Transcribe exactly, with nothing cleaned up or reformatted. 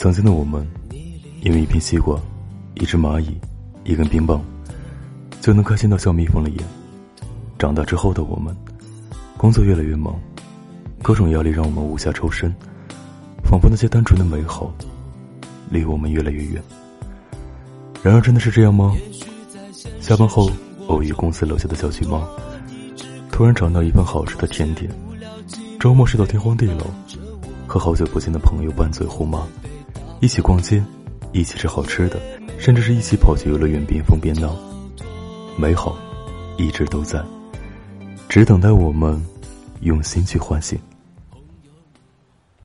曾经的我们，因为一片西瓜、一只蚂蚁、一根冰棒，就能开心到笑眯缝了眼。长大之后的我们，工作越来越忙，各种压力让我们无暇抽身，仿佛那些单纯的美好离我们越来越远。然而真的是这样吗？下班后偶遇公司楼下的小区妈，突然尝到一份好吃的甜点，周末睡到天荒地老，和好久不见的朋友拌嘴互骂，一起逛街，一起吃好吃的，甚至是一起跑去游乐园边疯边闹。美好一直都在，只等待我们用心去唤醒。